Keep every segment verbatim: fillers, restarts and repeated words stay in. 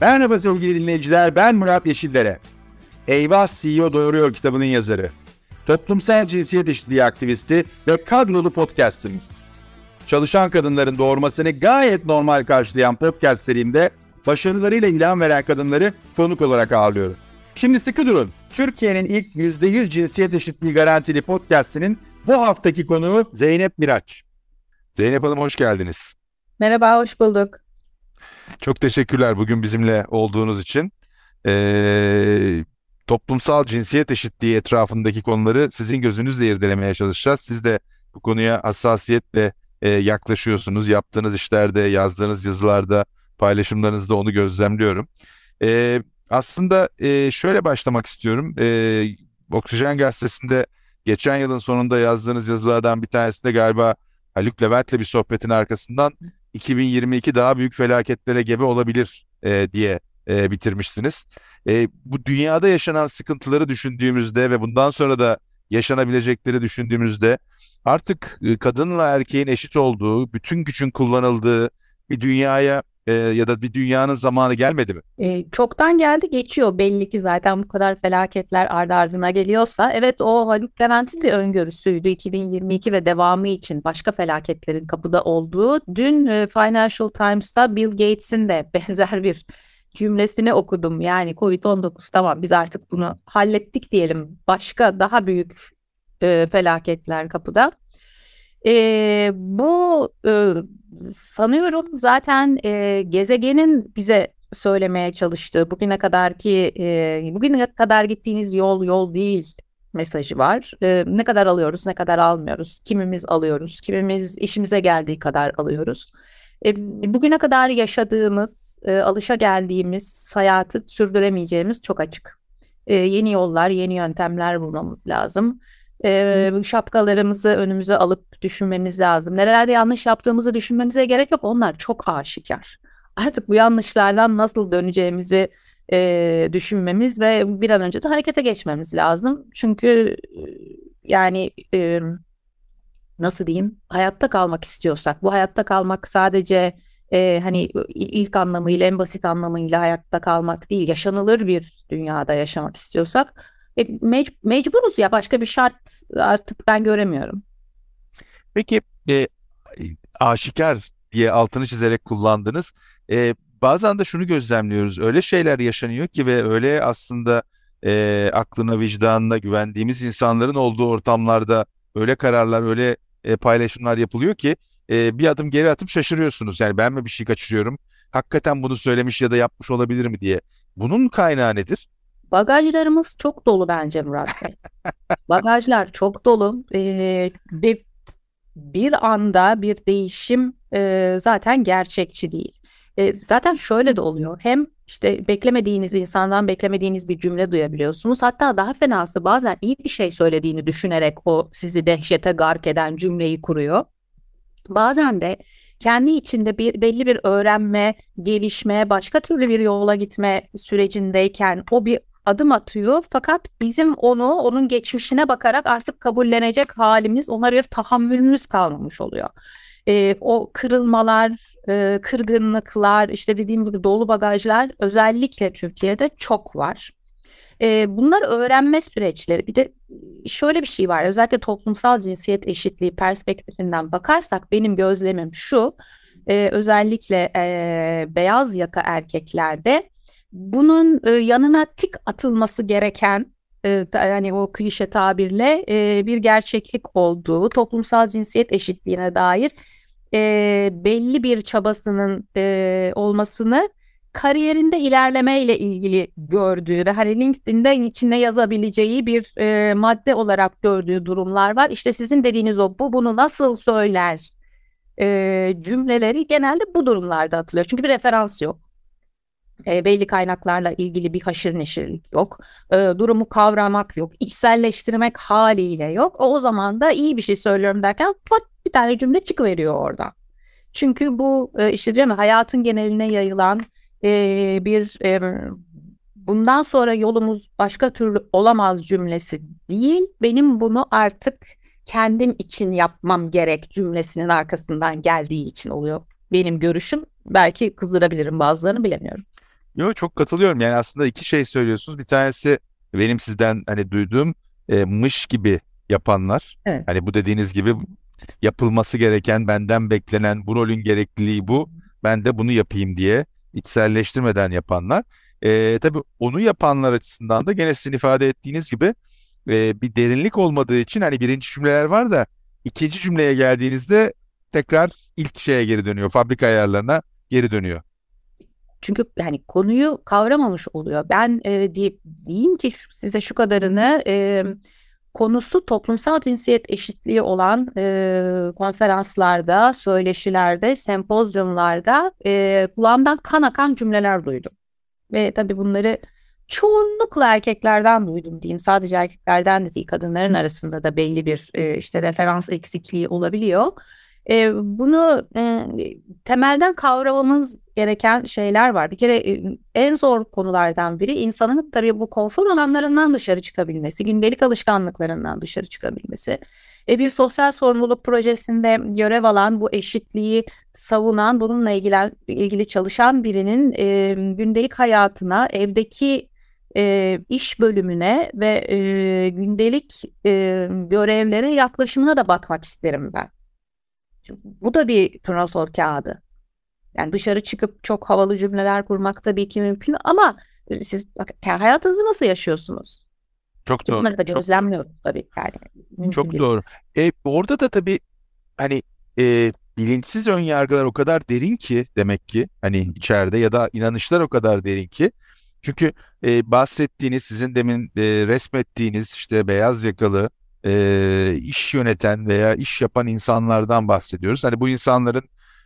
Merhaba sevgili dinleyiciler, ben Murat Yeşildere. Eyvah C E O Doğuruyor kitabının yazarı. Toplumsal cinsiyet eşitliği aktivisti ve kadrolu podcastimiz. Çalışan kadınların doğurmasını gayet normal karşılayan podcast serimde başarılarıyla ilham veren kadınları konuk olarak ağırlıyorum. Şimdi sıkı durun. Türkiye'nin ilk yüzde yüz cinsiyet eşitliği garantili podcastinin bu haftaki konuğu Zeynep Miraç. Zeynep Hanım hoş geldiniz. Merhaba, hoş bulduk. Çok teşekkürler bugün bizimle olduğunuz için. Ee, toplumsal cinsiyet eşitliği etrafındaki konuları sizin gözünüzle irdelemeye çalışacağız. Siz de bu konuya hassasiyetle e, yaklaşıyorsunuz. Yaptığınız işlerde, yazdığınız yazılarda, paylaşımlarınızda onu gözlemliyorum. Ee, aslında e, şöyle başlamak istiyorum. Ee, Oksijen Gazetesi'nde geçen yılın sonunda yazdığınız yazılardan bir tanesinde galiba Haluk Levent'le bir sohbetin arkasından iki bin yirmi iki daha büyük felaketlere gebe olabilir e, diye e, bitirmişsiniz. E, bu dünyada yaşanan sıkıntıları düşündüğümüzde ve bundan sonra da yaşanabilecekleri düşündüğümüzde artık e, kadınla erkeğin eşit olduğu, bütün gücün kullanıldığı bir dünyaya e, ya da bir dünyanın zamanı gelmedi mi? Ee, çoktan geldi, geçiyor belli ki zaten bu kadar felaketler ardı ardına geliyorsa. Evet, o Haluk Levent'in de öngörüsüydü iki bin yirmi iki ve devamı için başka felaketlerin kapıda olduğu. Dün e, Financial Times'ta Bill Gates'in de benzer bir cümlesini okudum. Yani covid on dokuz tamam, biz artık bunu hallettik diyelim. Başka daha büyük e, felaketler kapıda. E, bu e, sanıyorum zaten e, gezegenin bize söylemeye çalıştığı bugüne kadarki e, bugüne kadar gittiğiniz yol yol değil mesajı var. E, ne kadar alıyoruz, ne kadar almıyoruz, kimimiz alıyoruz, kimimiz işimize geldiği kadar alıyoruz. E, bugüne kadar yaşadığımız, e, alışageldiğimiz hayatı sürdüremeyeceğimiz çok açık. E, yeni yollar, yeni yöntemler bulmamız lazım. Ee, şapkalarımızı önümüze alıp düşünmemiz lazım. Nerelerde yanlış yaptığımızı düşünmemize gerek yok. Onlar çok aşikar. Artık bu yanlışlardan nasıl döneceğimizi e, düşünmemiz ve bir an önce de harekete geçmemiz lazım. Çünkü e, yani e, nasıl diyeyim, hayatta kalmak istiyorsak, bu hayatta kalmak sadece e, hani ilk anlamıyla, en basit anlamıyla hayatta kalmak değil, yaşanılır bir dünyada yaşamak istiyorsak e, mec- mecburuz ya, başka bir şart artık ben göremiyorum. Peki e, aşikar diye altını çizerek kullandınız. E, bazen de şunu gözlemliyoruz. Öyle şeyler yaşanıyor ki ve öyle aslında e, aklına, vicdanına güvendiğimiz insanların olduğu ortamlarda öyle kararlar, öyle e, paylaşımlar yapılıyor ki e, bir adım geri atıp şaşırıyorsunuz. Yani ben mi bir şey kaçırıyorum? Hakikaten bunu söylemiş ya da yapmış olabilir mi diye. Bunun kaynağı nedir? Bagajlarımız çok dolu bence Murat Bey. Bagajlar çok dolu ee, ve bir anda bir değişim e, zaten gerçekçi değil. E, zaten şöyle de oluyor. Hem işte beklemediğiniz insandan beklemediğiniz bir cümle duyabiliyorsunuz. Hatta daha fenası, bazen iyi bir şey söylediğini düşünerek o sizi dehşete gark eden cümleyi kuruyor. Bazen de kendi içinde bir belli bir öğrenme, gelişme, başka türlü bir yola gitme sürecindeyken o bir adım atıyor. Fakat bizim onu, onun geçmişine bakarak artık kabullenecek halimiz, ona bir tahammülümüz kalmamış oluyor. Ee, o kırılmalar, e, kırgınlıklar, işte dediğim gibi dolu bagajlar özellikle Türkiye'de çok var. E, bunlar öğrenme süreçleri. Bir de şöyle bir şey var. Özellikle toplumsal cinsiyet eşitliği perspektifinden bakarsak benim gözlemim şu. E, özellikle e, beyaz yaka erkeklerde bunun e, yanına tik atılması gereken, e, yani o klişe tabirle e, bir gerçeklik olduğu, toplumsal cinsiyet eşitliğine dair e, belli bir çabasının e, olmasını kariyerinde ilerlemeyle ilgili gördüğü ve hani LinkedIn'de içine yazabileceği bir e, madde olarak gördüğü durumlar var. İşte sizin dediğiniz o bu bunu nasıl söyler e, cümleleri genelde bu durumlarda atılıyor. Çünkü bir referans yok. E, belli kaynaklarla ilgili bir haşır neşirlik yok. E, durumu kavramak yok. İçselleştirmek haliyle yok. O, o zaman da iyi bir şey söylüyorum derken pat, bir tane cümle çıkıveriyor oradan. Çünkü bu e, işte diyorum ya, hayatın geneline yayılan e, bir e, bundan sonra yolumuz başka türlü olamaz cümlesi değil. Benim bunu artık kendim için yapmam gerek cümlesinin arkasından geldiği için oluyor. Benim görüşüm, belki kızdırabilirim bazılarını, bilemiyorum. Yo, çok katılıyorum. Yani aslında iki şey söylüyorsunuz. Bir tanesi benim sizden hani duyduğum e, mış gibi yapanlar. Evet. Hani bu dediğiniz gibi yapılması gereken, benden beklenen, bu rolün gerekliliği bu. Ben de bunu yapayım diye içselleştirmeden yapanlar. E, tabii onu yapanlar açısından da gene sizin ifade ettiğiniz gibi e, bir derinlik olmadığı için hani birinci cümleler var da ikinci cümleye geldiğinizde tekrar ilk şeye geri dönüyor. Fabrika ayarlarına geri dönüyor. Çünkü yani konuyu kavramamış oluyor. Ben e, diye, diyeyim ki şu- size şu kadarını, e, konusu toplumsal cinsiyet eşitliği olan e, konferanslarda, söyleşilerde, sempozyumlarda e, kulağımdan kan akan cümleler duydum. Ve tabii bunları çoğunlukla erkeklerden duydum diyeyim. Sadece erkeklerden de değil, kadınların arasında da belli bir e, işte referans eksikliği olabiliyor. E, bunu e, temelden kavramamız gereken şeyler var. Bir kere e, en zor konulardan biri insanın tabii bu konfor alanlarından dışarı çıkabilmesi, gündelik alışkanlıklarından dışarı çıkabilmesi. E, bir sosyal sorumluluk projesinde görev alan, bu eşitliği savunan, bununla ilgilen, ilgili çalışan birinin e, gündelik hayatına, evdeki e, iş bölümüne ve e, gündelik e, görevlere yaklaşımına da bakmak isterim ben. Çünkü bu da bir turnusol kağıdı. Yani dışarı çıkıp çok havalı cümleler kurmak tabii ki mümkün ama e, siz bak, hayatınızı nasıl yaşıyorsunuz? Çok Ki doğru. bunları da Çok gözlemliyoruz tabii yani. Mümkün çok değil. doğru. E, orada da tabii hani e, bilinçsiz ön yargılar o kadar derin ki demek ki hani içeride ya da inanışlar o kadar derin ki. Çünkü e, bahsettiğiniz sizin demin e, resmettiğiniz işte beyaz yakalı e, iş yöneten veya iş yapan insanlardan bahsediyoruz. Hani bu insanların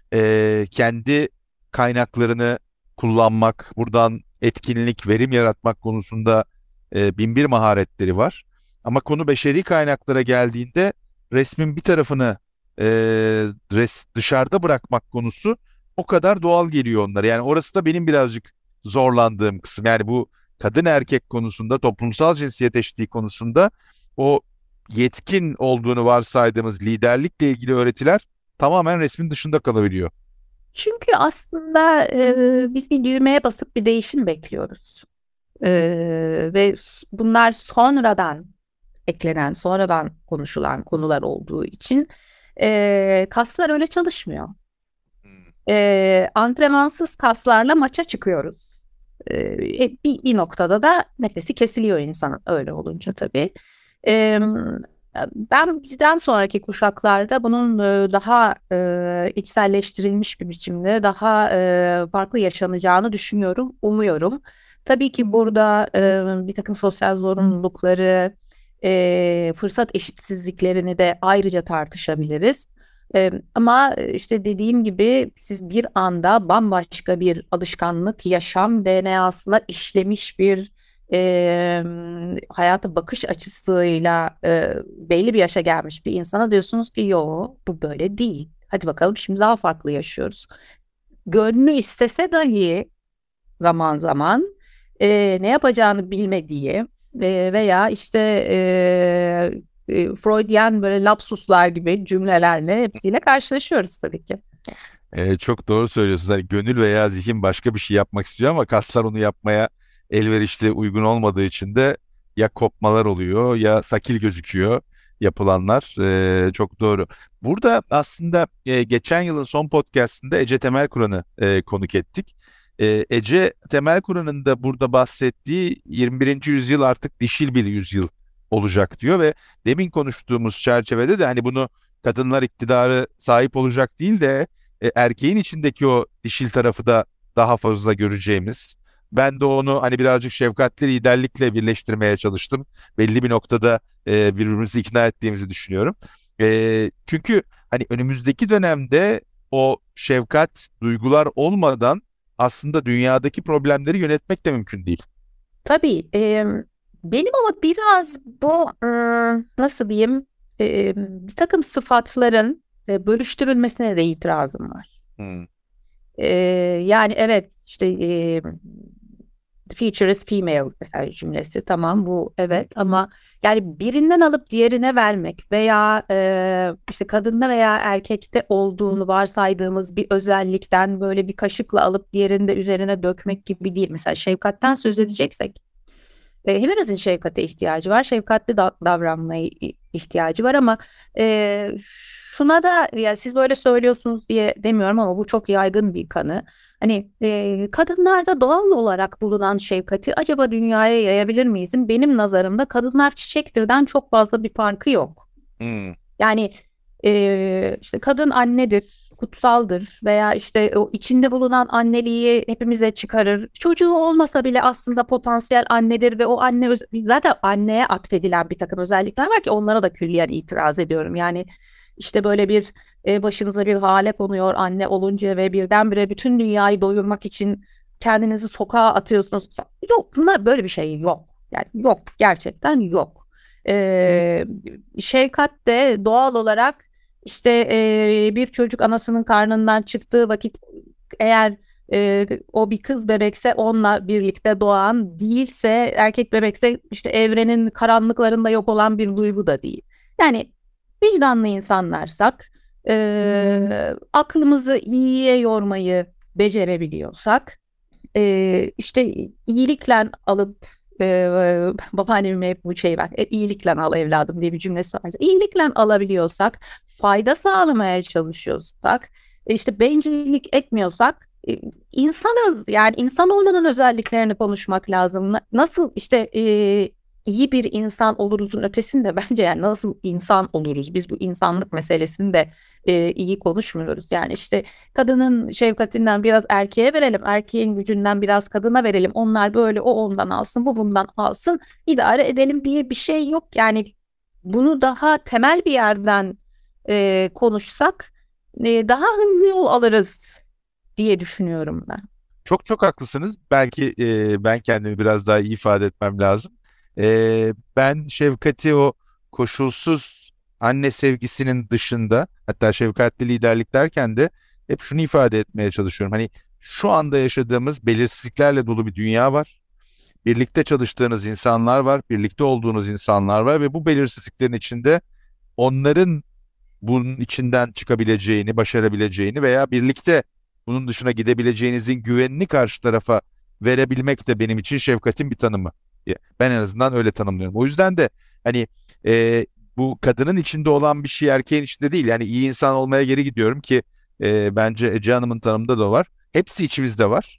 e, kendi kaynaklarını kullanmak, buradan etkinlik, verim yaratmak konusunda e, bin bir maharetleri var. Ama konu beşeri kaynaklara geldiğinde resmin bir tarafını e, res, dışarıda bırakmak konusu o kadar doğal geliyor onlara. Yani orası da benim birazcık zorlandığım kısım. Yani bu kadın erkek konusunda, toplumsal cinsiyet eşitliği konusunda o yetkin olduğunu varsaydığımız liderlikle ilgili öğretiler tamamen resmin dışında kalabiliyor. Çünkü aslında e, biz bir düğmeye basıp bir değişim bekliyoruz. E, ve s- bunlar sonradan eklenen, sonradan konuşulan konular olduğu için e, kaslar öyle çalışmıyor. Hmm. E, antrenmansız kaslarla maça çıkıyoruz. E, bir, bir noktada da nefesi kesiliyor insanın öyle olunca tabii. E, Ben bizden sonraki kuşaklarda bunun e, daha e, içselleştirilmiş bir biçimde daha e, farklı yaşanacağını düşünüyorum, umuyorum. Tabii ki burada e, bir takım sosyal zorunlulukları, e, fırsat eşitsizliklerini de ayrıca tartışabiliriz. E, ama e, işte dediğim gibi siz bir anda bambaşka bir alışkanlık, yaşam D N A'sına işlemiş bir e, hayata bakış açısıyla e, belli bir yaşa gelmiş bir insana diyorsunuz ki yo bu böyle değil. Hadi bakalım şimdi daha farklı yaşıyoruz. Gönlü istese dahi zaman zaman e, ne yapacağını bilmediği e, veya işte e, e, Freudian böyle lapsuslar gibi cümlelerle hepsiyle karşılaşıyoruz tabii ki. Ee, çok doğru söylüyorsunuz. Hani gönül veya zihin başka bir şey yapmak istiyor ama kaslar onu yapmaya elverişli uygun olmadığı için de ya kopmalar oluyor ya sakil gözüküyor yapılanlar. Ee, çok doğru. Burada aslında e, geçen yılın son podcastinde Ece Temelkuran'ı e, konuk ettik. E, Ece Temelkuran'ın da burada bahsettiği yirmi birinci yüzyıl artık dişil bir yüzyıl olacak diyor ve demin konuştuğumuz çerçevede de hani bunu kadınlar iktidarı sahip olacak değil de e, erkeğin içindeki o dişil tarafı da daha fazla göreceğimiz. Ben de onu hani birazcık şefkatli liderlikle birleştirmeye çalıştım. Belli bir noktada e, birbirimizi ikna ettiğimizi düşünüyorum. E, çünkü hani önümüzdeki dönemde o şefkat, duygular olmadan aslında dünyadaki problemleri yönetmek de mümkün değil. Tabii e, benim ama biraz bu e, nasıl diyeyim e, bir takım sıfatların e, bölüştürülmesine de itirazım var. Hmm. E, Yani evet işte e, The future is female mesela cümlesi, tamam bu evet, ama yani birinden alıp diğerine vermek veya e, işte kadında veya erkekte olduğunu varsaydığımız bir özellikten böyle bir kaşıkla alıp diğerinde üzerine dökmek gibi değil. Mesela şefkatten söz edeceksek e, hepimizin şefkate ihtiyacı var, şefkatli da- davranmaya ihtiyacı var ama e, şuna da, ya siz böyle söylüyorsunuz diye demiyorum ama bu çok yaygın bir kanı. Hani e, kadınlarda doğal olarak bulunan şefkati acaba dünyaya yayabilir miyiz? Benim nazarımda kadınlar çiçektirden çok fazla bir farkı yok. Hmm. Yani e, işte kadın annedir, kutsaldır veya işte o içinde bulunan anneliği hepimize çıkarır. Çocuğu olmasa bile aslında potansiyel annedir ve o anne öz- zaten anneye atfedilen bir takım özellikler var ki onlara da külliyen itiraz ediyorum. Yani işte böyle bir e, başınıza bir hale konuyor anne olunca ve birdenbire bütün dünyayı doyurmak için kendinizi sokağa atıyorsunuz. Yok, bunlar böyle bir şey yok. Yani yok, gerçekten yok. Ee, şefkat de doğal olarak işte e, bir çocuk anasının karnından çıktığı vakit eğer e, o bir kız bebekse onunla birlikte doğan, değilse erkek bebekse işte evrenin karanlıklarında yok olan bir duygu da değil. Yani vicdanlı insanlarsak, e, aklımızı iyiye yormayı becerebiliyorsak, e, işte iyilikle alıp e, babaannemin hep bu şey var. E, iyilikle al evladım diye bir cümlesi var. İyilikle alabiliyorsak, fayda sağlamaya çalışıyorsak, e, işte bencillik etmiyorsak e, insanız. Yani insan olmanın özelliklerini konuşmak lazım. Na- Nasıl işte e, iyi bir insan oluruzun ötesinde bence yani nasıl insan oluruz? Biz bu insanlık meselesini de e, iyi konuşmuyoruz. Yani işte kadının şefkatinden biraz erkeğe verelim, erkeğin gücünden biraz kadına verelim. Onlar böyle, o ondan alsın, bu bundan alsın, idare edelim diye bir şey yok. Yani bunu daha temel bir yerden e, konuşsak e, daha hızlı yol alırız diye düşünüyorum ben. Çok çok haklısınız. Belki e, ben kendimi biraz daha iyi ifade etmem lazım. E, ben şefkati o koşulsuz anne sevgisinin dışında, hatta şefkatli liderlik derken de hep şunu ifade etmeye çalışıyorum. Hani şu anda yaşadığımız belirsizliklerle dolu bir dünya var. Birlikte çalıştığınız insanlar var, birlikte olduğunuz insanlar var ve bu belirsizliklerin içinde onların bunun içinden çıkabileceğini, başarabileceğini veya birlikte bunun dışına gidebileceğinizin güvenini karşı tarafa verebilmek de benim için şefkatin bir tanımı. Ya, ben en azından öyle tanımlıyorum. O yüzden de hani e, bu kadının içinde olan bir şey erkeğin içinde değil. Yani iyi insan olmaya geri gidiyorum ki e, bence Ece Hanım'ın tanımında da var. Hepsi içimizde var.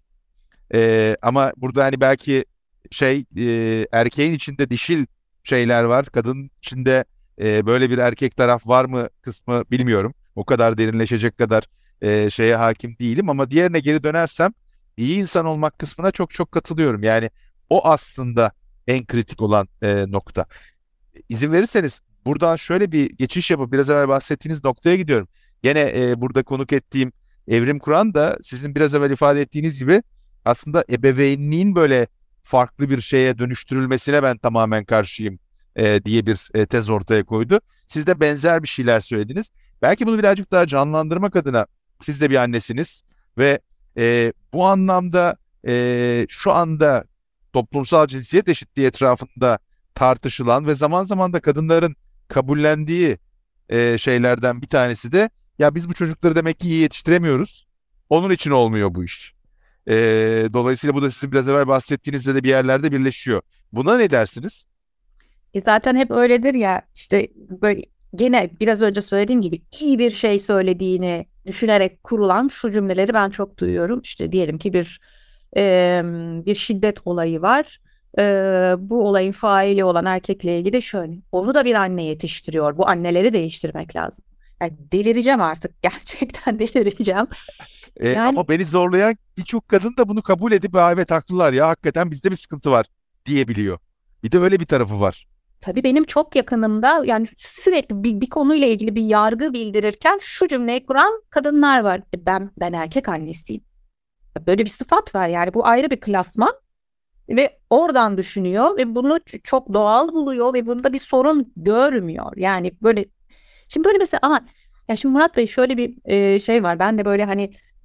E, ama burada hani belki şey e, erkeğin içinde dişil şeyler var. Kadının içinde e, böyle bir erkek taraf var mı kısmı bilmiyorum. O kadar derinleşecek kadar e, şeye hakim değilim ama diğerine geri dönersem iyi insan olmak kısmına çok çok katılıyorum. Yani o aslında en kritik olan e, nokta. İzin verirseniz buradan şöyle bir geçiş yapıp biraz evvel bahsettiğiniz noktaya gidiyorum. Gene e, burada konuk ettiğim Evrim Kur'an da sizin biraz evvel ifade ettiğiniz gibi aslında ebeveynliğin böyle farklı bir şeye dönüştürülmesine ben tamamen karşıyım e, diye bir e, tez ortaya koydu. Siz de benzer bir şeyler söylediniz. Belki bunu birazcık daha canlandırmak adına siz de bir annesiniz ve e, bu anlamda e, şu anda toplumsal cinsiyet eşitliği etrafında tartışılan ve zaman zaman da kadınların kabullendiği e, şeylerden bir tanesi de ya biz bu çocukları demek ki iyi yetiştiremiyoruz. Onun için olmuyor bu iş. E, dolayısıyla bu da sizin biraz evvel bahsettiğinizde de bir yerlerde birleşiyor. Buna ne dersiniz? E zaten hep öyledir ya, işte böyle gene biraz önce söylediğim gibi iyi bir şey söylediğini düşünerek kurulan şu cümleleri ben çok duyuyorum. İşte diyelim ki bir e, bir şiddet olayı var. E, bu olayın faili olan erkekle ilgili şöyle: onu da bir anne yetiştiriyor. Bu anneleri değiştirmek lazım. Yani delireceğim artık, gerçekten delireceğim. E, Yani ama beni zorlayan birçok kadın da bunu kabul edip "Aa, evet haklılar ya hakikaten bizde bir sıkıntı var" diyebiliyor. Bir de öyle bir tarafı var. tabii benim çok yakınımda yani sürekli bir, bir konuyla ilgili bir yargı bildirirken şu cümleyi kuran kadınlar var: E, ben ben erkek annesiyim. Böyle bir sıfat var, yani bu ayrı bir klasman ve oradan düşünüyor ve bunu ç- çok doğal buluyor ve bunda bir sorun görmüyor. Yani böyle, şimdi böyle mesela, ama ya şimdi Murat Bey şöyle bir e, şey var. Ben de böyle hani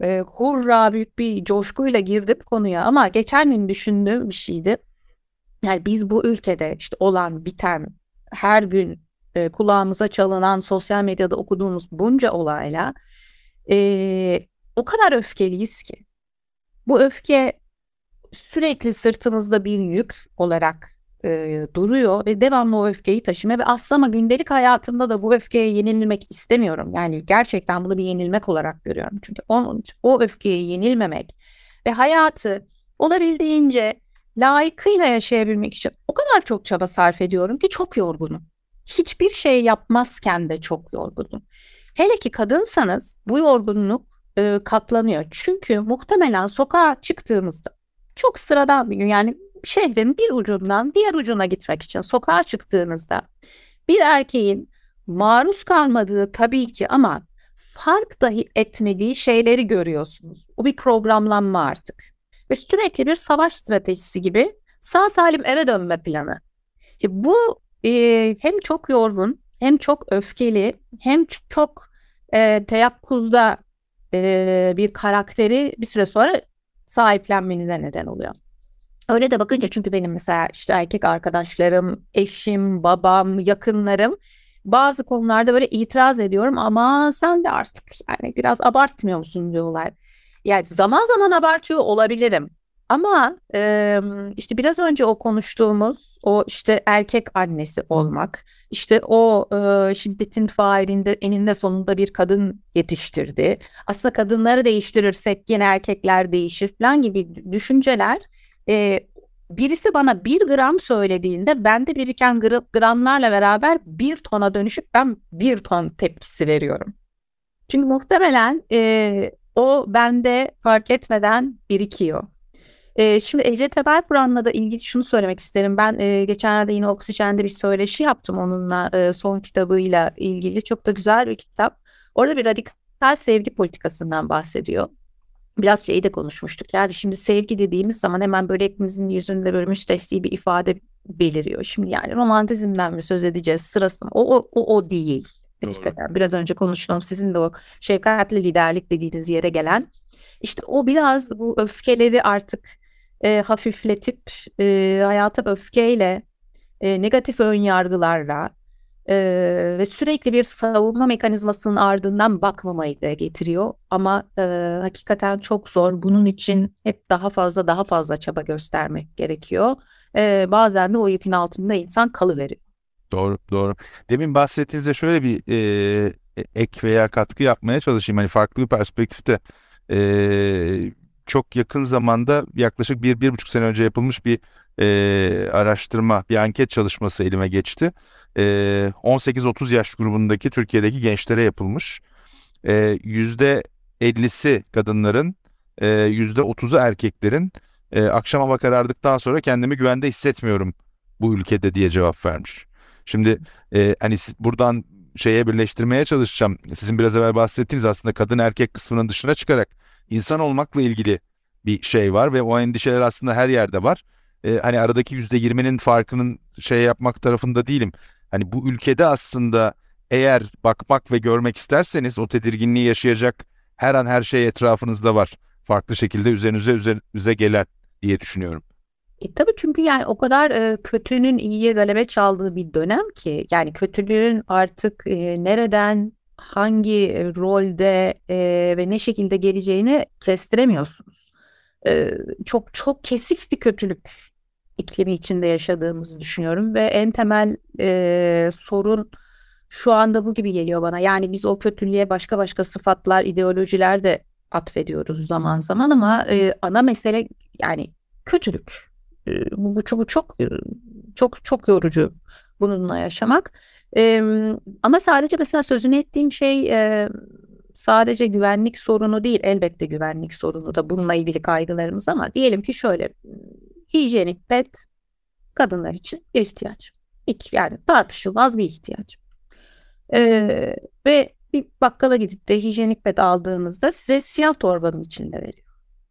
e, hurra büyük bir coşkuyla girdim konuya ama geçen gün düşündüğüm bir şeydi. Yani biz bu ülkede işte olan biten her gün e, kulağımıza çalınan sosyal medyada okuduğumuz bunca olayla e, o kadar öfkeliyiz ki. Bu öfke sürekli sırtımızda bir yük olarak e, duruyor ve devamlı o öfkeyi taşımaya ve aslında gündelik hayatımda da bu öfkeye yenilmek istemiyorum. Yani gerçekten bunu bir yenilmek olarak görüyorum. Çünkü onun, o öfkeye yenilmemek ve hayatı olabildiğince layıkıyla yaşayabilmek için o kadar çok çaba sarf ediyorum ki çok yorgunum. Hiçbir şey yapmazken de çok yorgunum. Hele ki kadınsanız bu yorgunluk e, katlanıyor. Çünkü muhtemelen sokağa çıktığımızda çok sıradan bir gün, yani şehrin bir ucundan diğer ucuna gitmek için sokağa çıktığınızda bir erkeğin maruz kalmadığı tabii ki ama fark dahi etmediği şeyleri görüyorsunuz. Bu bir programlanma artık. Ve sürekli bir savaş stratejisi gibi sağ salim eve dönme planı. İşte bu e, hem çok yorgun, hem çok öfkeli, hem çok e, teyakkuzda e, bir karakteri bir süre sonra sahiplenmenize neden oluyor. Öyle de bakınca, çünkü benim mesela işte erkek arkadaşlarım, eşim, babam, yakınlarım bazı konularda böyle itiraz ediyorum ama sen de artık yani biraz abartmıyor musun diyorlar. Yani zaman zaman abartıyor olabilirim. Ama e, işte biraz önce o konuştuğumuz o işte erkek annesi olmak, işte o e, şiddetin failinde eninde sonunda bir kadın yetiştirdi. Aslında kadınları değiştirirsek yine erkekler değişir falan gibi düşünceler, e, birisi bana bir gram söylediğinde bende biriken gra- gramlarla beraber bir tona dönüşüp ben bir ton tepkisi veriyorum. Çünkü muhtemelen e, o bende fark etmeden birikiyor. E, şimdi Ece Temelkuran'la da ilgili şunu söylemek isterim. Ben e, geçenlerde yine Oksijen'de bir söyleşi yaptım onunla, e, son kitabıyla ilgili. Çok da güzel bir kitap. Orada bir radikal sevgi politikasından bahsediyor. Biraz şeyi de konuşmuştuk. Yani şimdi sevgi dediğimiz zaman hemen böyle hepimizin yüzünde böyle müstesni bir ifade beliriyor. Şimdi yani romantizmden mi söz edeceğiz, sırası mı? O, o, o, o değil. Hakikaten biraz önce konuştuğum sizin de o şefkatli liderlik dediğiniz yere gelen, işte o biraz bu öfkeleri artık e, hafifletip e, hayata öfkeyle, e, negatif ön yargılarla e, ve sürekli bir savunma mekanizmasının ardından bakmamayı da getiriyor. Ama e, hakikaten çok zor. Bunun için hep daha fazla daha fazla çaba göstermek gerekiyor. E, bazen de o yükün altında insan kalıveriyor. Doğru, doğru. Demin bahsettiğinizde şöyle bir e, ek veya katkı yapmaya çalışayım. Hani farklı bir perspektifte. E, çok yakın zamanda yaklaşık bir, bir buçuk sene önce yapılmış bir e, araştırma, bir anket çalışması elime geçti. E, on sekiz otuz yaş grubundaki Türkiye'deki gençlere yapılmış. E, yüzde ellisi kadınların, e, yüzde otuzu erkeklerin e, akşam hava karardıktan sonra kendimi güvende hissetmiyorum bu ülkede diye cevap vermiş. Şimdi e, hani buradan şeye birleştirmeye çalışacağım. Sizin biraz evvel bahsettiğiniz aslında kadın erkek kısmının dışına çıkarak insan olmakla ilgili bir şey var ve o endişeler aslında her yerde var. E, hani aradaki yüzde yirminin farkının şey yapmak tarafında değilim. Hani bu ülkede aslında eğer bakmak ve görmek isterseniz o tedirginliği yaşayacak her an her şey etrafınızda var. Farklı şekilde üzerinize üzerinize gelen diye düşünüyorum. E, tabii, çünkü yani o kadar e, kötünün iyiye galebe çaldığı bir dönem ki, yani kötülüğün artık e, nereden, hangi e, rolde e, ve ne şekilde geleceğini kestiremiyorsunuz. E, çok çok kesif bir kötülük iklimi içinde yaşadığımızı düşünüyorum ve en temel e, sorun şu anda bu gibi geliyor bana. Yani biz o kötülüğe başka başka sıfatlar, ideolojiler de atfediyoruz zaman zaman ama e, ana mesele yani kötülük. E, Bu, bu, çok bu çok e, çok çok yorucu bununla yaşamak. E, ama sadece mesela sözünü ettiğim şey e, sadece güvenlik sorunu değil. Elbette güvenlik sorunu da bununla ilgili kaygılarımız, ama diyelim ki şöyle, hijyenik pet kadınlar için bir ihtiyaç. Hiç, yani tartışılmaz bir ihtiyaç. E, ve bir bakkala gidip de hijyenik pet aldığınızda size siyah torbanın içinde veriyor.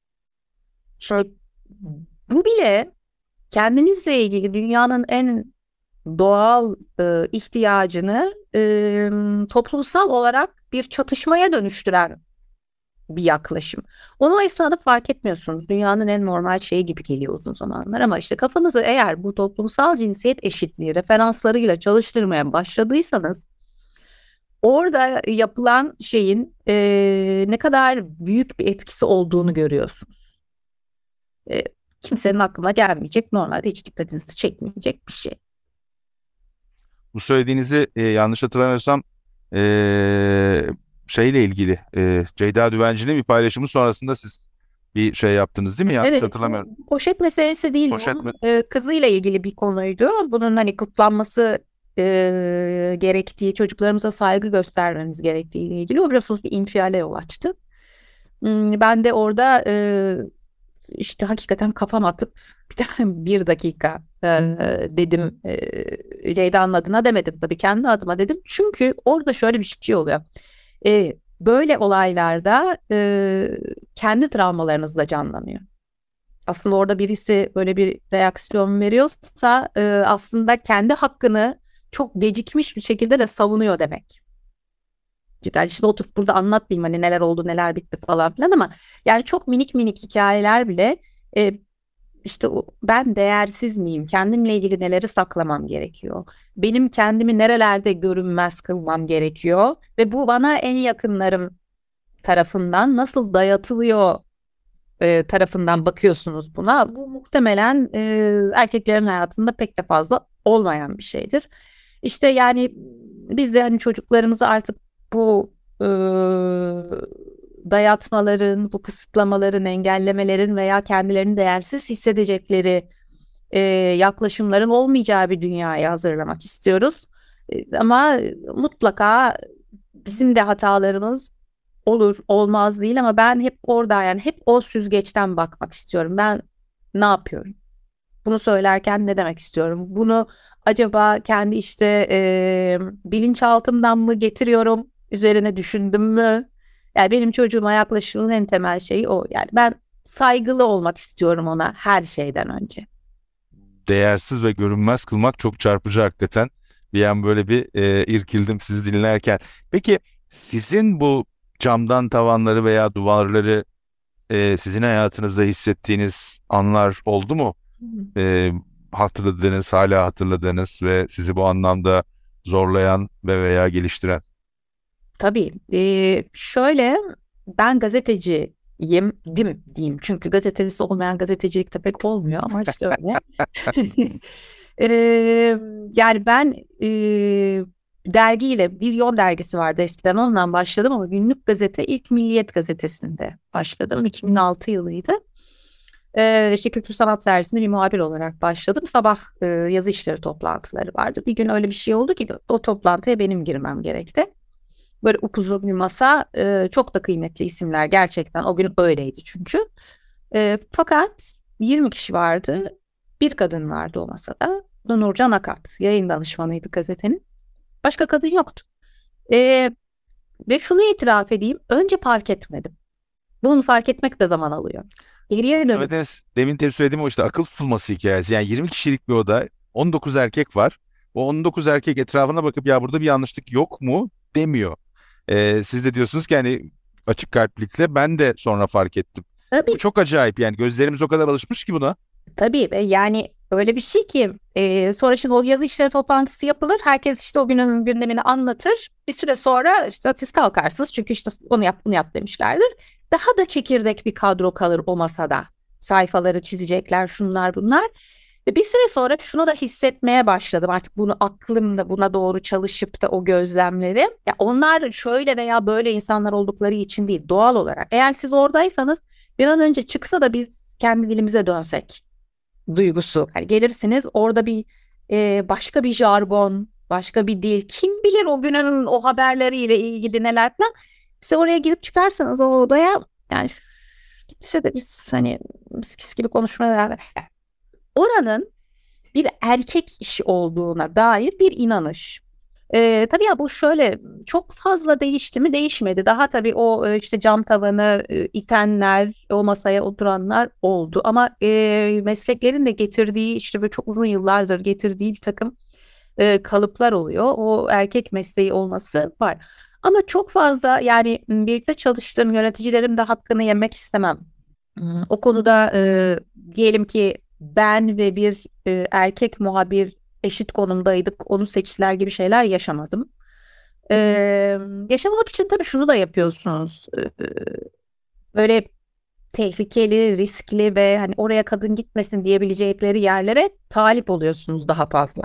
Şimdi bu bile kendinizle ilgili dünyanın en doğal e, ihtiyacını e, toplumsal olarak bir çatışmaya dönüştüren bir yaklaşım. Onu o esnada fark etmiyorsunuz. Dünyanın en normal şeyi gibi geliyor uzun zamanlar ama işte kafanızı eğer bu toplumsal cinsiyet eşitliği referanslarıyla çalıştırmaya başladıysanız orada yapılan şeyin e, ne kadar büyük bir etkisi olduğunu görüyorsunuz. E, kimsenin aklına gelmeyecek, normalde hiç dikkatinizi çekmeyecek bir şey. Bu söylediğinizi e, yanlış hatırlamıyorsam e, şeyle ilgili e, Ceyda Düvenci'nin bir paylaşımı sonrasında siz bir şey yaptınız değil mi? Yanlış Evet, hatırlamıyorum. bu poşet meselesi değil. Poşet Onun mi? e, kızıyla ilgili bir konuydu. Bunun hani kutlanması e, gerektiği, çocuklarımıza saygı göstermemiz gerektiği ile ilgili o biraz bir infiale yol açtı. Hmm, Ben de orada e, işte hakikaten kafam atıp bir tane bir dakika e, dedim. E, Ceyda'nın adına demedim tabii, kendi adıma dedim. Çünkü orada şöyle bir şey oluyor. E, böyle olaylarda e, kendi travmalarınız da canlanıyor. Aslında orada birisi böyle bir reaksiyon veriyorsa e, aslında kendi hakkını çok gecikmiş bir şekilde de savunuyor demek. Çünkü hani şimdi oturup burada anlatmayayım hani neler oldu neler bitti falan filan ama yani çok minik minik hikayeler bile e, işte o, ben değersiz miyim? Kendimle ilgili neleri saklamam gerekiyor? Benim kendimi nerelerde görünmez kılmam gerekiyor? Ve bu bana en yakınlarım tarafından nasıl dayatılıyor e, tarafından bakıyorsunuz buna. Bu muhtemelen e, erkeklerin hayatında pek de fazla olmayan bir şeydir. İşte yani biz de hani çocuklarımızı artık bu e, dayatmaların, bu kısıtlamaların, engellemelerin veya kendilerini değersiz hissedecekleri e, yaklaşımların olmayacağı bir dünyaya hazırlamak istiyoruz. E, ama mutlaka bizim de hatalarımız olur, olmaz değil ama ben hep orada yani hep o süzgeçten bakmak istiyorum. Ben ne yapıyorum? Bunu söylerken ne demek istiyorum? Bunu acaba kendi işte e, bilinçaltımdan mı getiriyorum? Üzerine düşündüm mü? Yani benim çocuğuma yaklaşımın en temel şeyi o. Yani ben saygılı olmak istiyorum ona her şeyden önce. Değersiz ve görünmez kılmak çok çarpıcı hakikaten. Bir an böyle bir e, irkildim sizi dinlerken. Peki sizin bu camdan tavanları veya duvarları e, sizin hayatınızda hissettiğiniz anlar oldu mu? E, hatırladığınız, hala hatırladığınız ve sizi bu anlamda zorlayan ve veya geliştiren. Tabii. Ee, şöyle ben gazeteciyim, dim diyeyim. Çünkü gazetecisi olmayan gazetecilik de pek olmuyor ama işte öyle. Ee, yani ben e, dergiyle bir Yon dergisi vardı eskiden ondan başladım ama günlük gazete ilk Milliyet gazetesinde başladım. iki bin altı yılıydı. Ee, işte Kültür Sanat Servisi'nde bir muhabir olarak başladım. Sabah e, yazı işleri toplantıları vardı. Bir gün öyle bir şey oldu ki o toplantıya benim girmem gerekti. Böyle upuzun bir masa, e, çok da kıymetli isimler gerçekten o gün öyleydi çünkü. E, fakat yirmi kişi vardı. Bir kadın vardı o masada. Nurcan Akat, yayın danışmanıydı gazetenin. Başka kadın yoktu. E, ve şunu itiraf edeyim, önce fark etmedim. Bunu fark etmek de zaman alıyor. Geriye dönüp Söylediğiniz, demin de söylediğim o işte akıl tutulması hikayesi. Yani yirmi kişilik bir oda, on dokuz erkek var. O on dokuz erkek etrafına bakıp ya burada bir yanlışlık yok mu demiyor. Ee, siz de diyorsunuz ki hani açık kalplikle ben de sonra fark ettim. tabii Bu çok acayip yani gözlerimiz o kadar alışmış ki buna. Tabii ve yani öyle bir şey ki e, sonra şimdi o yazı işleri toplantısı yapılır. Herkes işte o günün gündemini anlatır. Bir süre sonra işte siz kalkarsınız çünkü işte onu yap bunu yap demişlerdir. Daha da çekirdek bir kadro kalır o masada. Sayfaları çizecekler şunlar bunlar. Ve bir süre sonra şunu da hissetmeye başladım. Artık bunu aklımda buna doğru çalışıp da o gözlemleri. Ya onlar şöyle veya böyle insanlar oldukları için değil doğal olarak. Eğer siz oradaysanız bir an önce çıksa da biz kendi dilimize dönsek duygusu. Yani gelirsiniz orada bir e, başka bir jargon, başka bir dil. Kim bilir o günün o haberleriyle ilgili neler falan. Size oraya girip çıkarsanız o odaya yani gitse de biz hani miskis gibi konuşmaya yani oranın bir erkek işi olduğuna dair bir inanış. Ee, tabii ya bu şöyle çok fazla değişti mi değişmedi. Daha tabii o e, işte cam tavanı e, itenler, o masaya oturanlar oldu. Ama e, mesleklerin de getirdiği işte böyle çok uzun yıllardır getirdiği bir takım e, kalıplar oluyor. O erkek mesleği olması var. Ama çok fazla yani birlikte çalıştığım yöneticilerim de hakkını yemek istemem. O konuda e, diyelim ki ben ve bir e, erkek muhabir eşit konumdaydık, onu seçtiler gibi şeyler yaşamadım. E, yaşamamak için tabii şunu da yapıyorsunuz. E, böyle tehlikeli, riskli ve hani oraya kadın gitmesin diyebilecekleri yerlere talip oluyorsunuz daha fazla.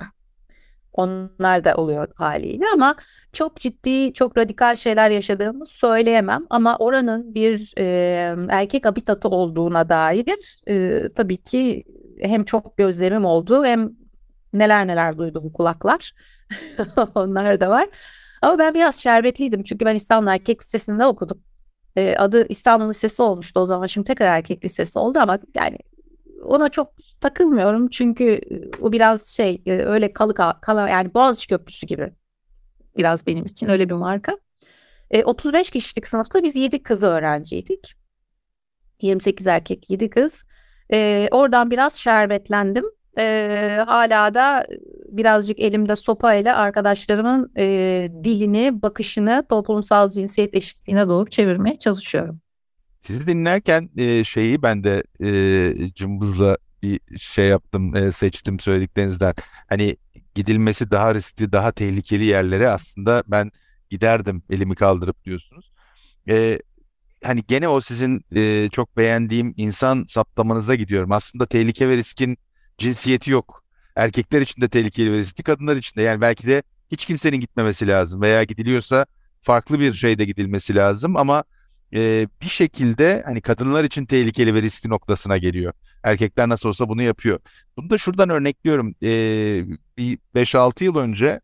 Onlar da oluyor haliyle ama çok ciddi, çok radikal şeyler yaşadığımı söyleyemem. Ama oranın bir e, erkek habitatı olduğuna dair e, tabii ki hem çok gözlemim oldu hem neler neler duydu bu kulaklar. Onlar da var. Ama ben biraz şerbetliydim çünkü ben İstanbul Erkek Lisesi'nde okudum. E, adı İstanbul Lisesi olmuştu o zaman. Şimdi tekrar Erkek Lisesi oldu ama yani ona çok takılmıyorum çünkü o biraz şey öyle kalı kala yani Boğaziçi Köprüsü gibi biraz benim için öyle bir marka. E, otuz beş kişilik sınıfta biz yedi kız öğrenciydik. yirmi sekiz erkek yedi kız. E, oradan biraz şerbetlendim. E, hala da birazcık elimde sopayla arkadaşlarımın e, dilini, bakışını toplumsal cinsiyet eşitliğine doğru çevirmeye çalışıyorum. Sizi dinlerken e, şeyi ben de e, cımbızla bir şey yaptım, e, seçtim söylediklerinizden. Hani gidilmesi daha riskli, daha tehlikeli yerlere aslında ben giderdim elimi kaldırıp diyorsunuz. E, Hani gene o sizin e, çok beğendiğim insan saptamanıza gidiyorum. Aslında tehlike ve riskin cinsiyeti yok. Erkekler için de tehlikeli ve riskli, kadınlar için de. Yani belki de hiç kimsenin gitmemesi lazım veya gidiliyorsa farklı bir şeyde gidilmesi lazım ama e, bir şekilde hani kadınlar için tehlikeli ve riskli noktasına geliyor. Erkekler nasıl olsa bunu yapıyor. Bunu da şuradan örnekliyorum. E, bir beş altı yıl önce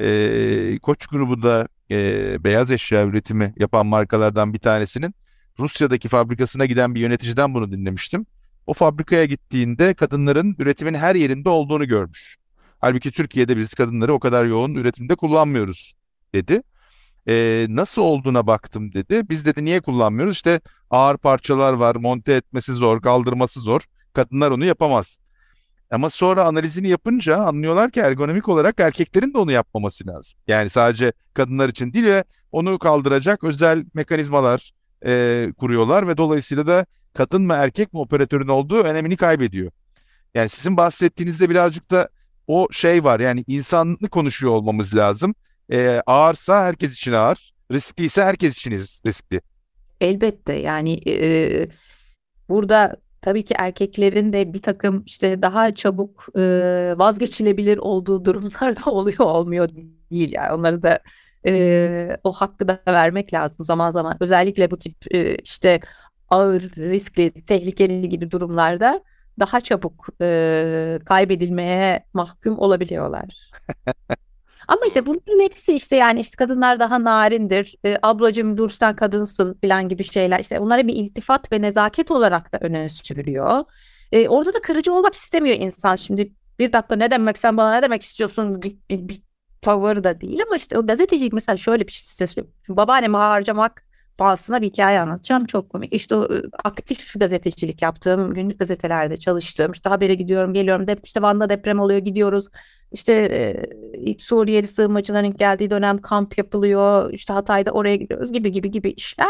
e, Koç grubunda e, beyaz eşya üretimi yapan markalardan bir tanesinin Rusya'daki fabrikasına giden bir yöneticiden bunu dinlemiştim. O fabrikaya gittiğinde kadınların üretimin her yerinde olduğunu görmüş. Halbuki Türkiye'de biz kadınları o kadar yoğun üretimde kullanmıyoruz dedi. Ee, nasıl olduğuna baktım dedi. Biz dedi niye kullanmıyoruz? İşte ağır parçalar var, monte etmesi zor, kaldırması zor. Kadınlar onu yapamaz. Ama sonra analizini yapınca anlıyorlar ki ergonomik olarak erkeklerin de onu yapmaması lazım. Yani sadece kadınlar için değil ve onu kaldıracak özel mekanizmalar e, kuruyorlar ve dolayısıyla da kadın mı erkek mi operatörün olduğu önemini kaybediyor. Yani sizin bahsettiğinizde birazcık da o şey var yani insanlık konuşuyor olmamız lazım. E, ağırsa herkes için ağır, riskliyse herkes için riskli. Elbette yani e, burada tabii ki erkeklerin de bir takım işte daha çabuk e, vazgeçilebilir olduğu durumlar da oluyor olmuyor değil yani onları da e, o hakkı da vermek lazım zaman zaman özellikle bu tip e, işte ağır riskli tehlikeli gibi durumlarda daha çabuk e, kaybedilmeye mahkum olabiliyorlar. Ama işte bunların hepsi işte yani işte kadınlar daha narindir. E, ablacığım dur sen kadınsın falan gibi şeyler. İşte bunlara bir iltifat ve nezaket olarak da öne sürülüyor. E, orada da kırıcı olmak istemiyor insan. Şimdi bir dakika ne demek sen bana ne demek istiyorsun bir, bir, bir tavır da değil ama işte o gazetecilik mesela şöyle bir şey söyleyeyim. Babaannemi harcamak pahasına bir hikaye anlatacağım çok komik. İşte o e, aktif gazetecilik yaptığım günlük gazetelerde çalıştığım işte habere gidiyorum geliyorum dep işte Van'da deprem oluyor gidiyoruz. İşte e, Suriyeli sığınmacıların geldiği dönem kamp yapılıyor. İşte Hatay'da oraya gidiyoruz gibi gibi gibi işler.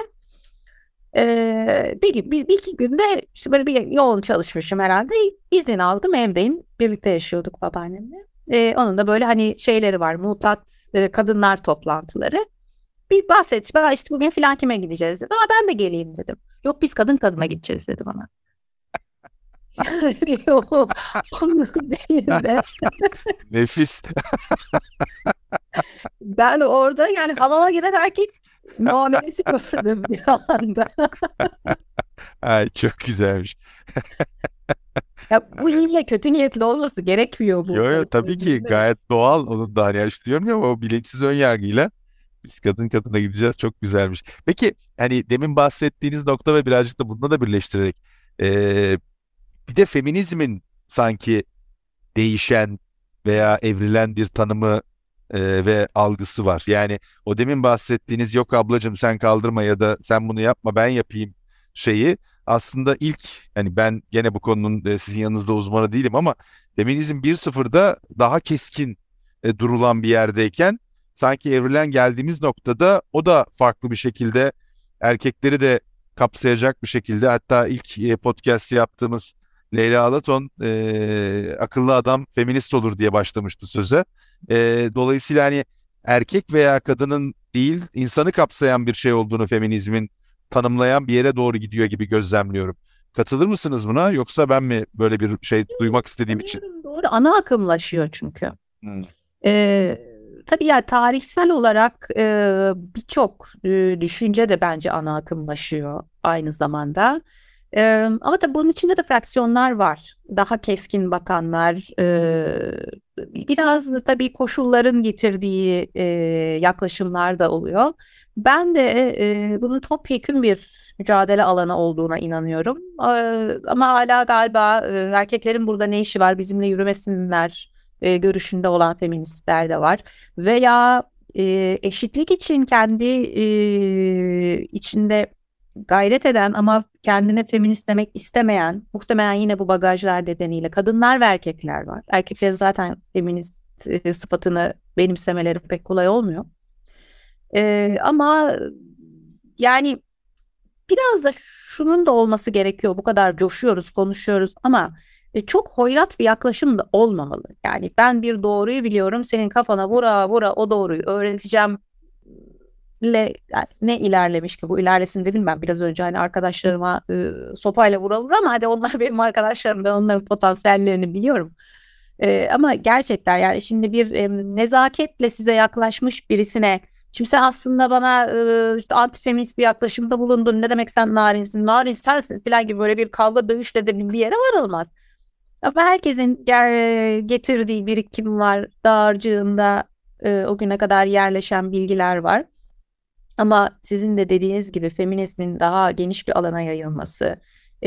E, bir, bir, bir iki günde işte böyle bir yoğun çalışmışım herhalde. İzin aldım evdeyim. Birlikte yaşıyorduk babaannemle. E, onun da böyle hani şeyleri var. Muhtat e, kadınlar toplantıları. Bir bahset. Ben işte bugün filan kime gideceğiz dedi. Aa, ben de geleyim dedim. Yok biz kadın kadına gideceğiz dedi bana. Yani o onun zihninde. Nefis. Ben orada yani hamama giren erkek muamelesi gördüm bir anda. Ay, çok güzelmiş. Ya bu ille kötü niyetli olması gerekmiyor bu. Yo yo tabii ki gayet doğal onun da hani işte diyorum ya o bilinçsiz ön yargıyla biz kadın kadına gideceğiz çok güzelmiş. Peki hani demin bahsettiğiniz nokta ve birazcık da bununla da birleştirerek eee, bir de feminizmin sanki değişen veya evrilen bir tanımı eee, ve algısı var. Yani o demin bahsettiğiniz yok ablacığım sen kaldırma ya da sen bunu yapma ben yapayım şeyi aslında ilk hani ben gene bu konunun e, sizin yanınızda uzmanı değilim ama feminizm bir nokta sıfırda daha keskin e, durulan bir yerdeyken sanki evrilen geldiğimiz noktada o da farklı bir şekilde erkekleri de kapsayacak bir şekilde, hatta ilk e, podcast yaptığımız Leyla Alaton e, akıllı adam feminist olur diye başlamıştı söze. E, dolayısıyla hani erkek veya kadının değil, insanı kapsayan bir şey olduğunu feminizmin tanımlayan bir yere doğru gidiyor gibi gözlemliyorum. Katılır mısınız buna, yoksa ben mi böyle bir şey duymak istediğim için? Doğru, ana akımlaşıyor çünkü. Hmm. Ee, tabii ya tarihsel olarak e, birçok e, düşünce de bence ana akımlaşıyor aynı zamanda. E, ama tabii bunun içinde de fraksiyonlar var. Daha keskin bakanlar, e, biraz da tabii koşulların getirdiği e, yaklaşımlar da oluyor. Ben de e, bunun topyekün bir mücadele alanı olduğuna inanıyorum. E, ama hala galiba e, erkeklerin burada ne işi var, bizimle yürümesinler e, görüşünde olan feministler de var. Veya e, eşitlik için kendi e, içinde gayret eden ama kendine feminist demek istemeyen, muhtemelen yine bu bagajlar nedeniyle kadınlar ve erkekler var. Erkeklerin zaten feminist e, sıfatını benimsemeleri pek kolay olmuyor. E, ama yani biraz da şunun da olması gerekiyor. Bu kadar coşuyoruz, konuşuyoruz ama e, çok hoyrat bir yaklaşım da olmamalı. Yani ben bir doğruyu biliyorum, senin kafana vura vura o doğruyu öğreteceğim le yani ne ilerlemiş ki bu, ilerlesin dedim ben biraz önce, hani arkadaşlarıma e, sopayla vura vura, ama hadi onlar benim arkadaşlarım, ben onların potansiyellerini biliyorum. E, ama gerçekten yani şimdi bir e, nezaketle size yaklaşmış birisine, şimdi sen aslında bana e, işte antifeminist bir yaklaşımda bulundun, ne demek sen narinsin, narin sensin falan gibi böyle bir kavga dövüşle de bir yere varılmaz. Ama herkesin ge- getirdiği birikim var, dağarcığında e, o güne kadar yerleşen bilgiler var. Ama sizin de dediğiniz gibi feminizmin daha geniş bir alana yayılması,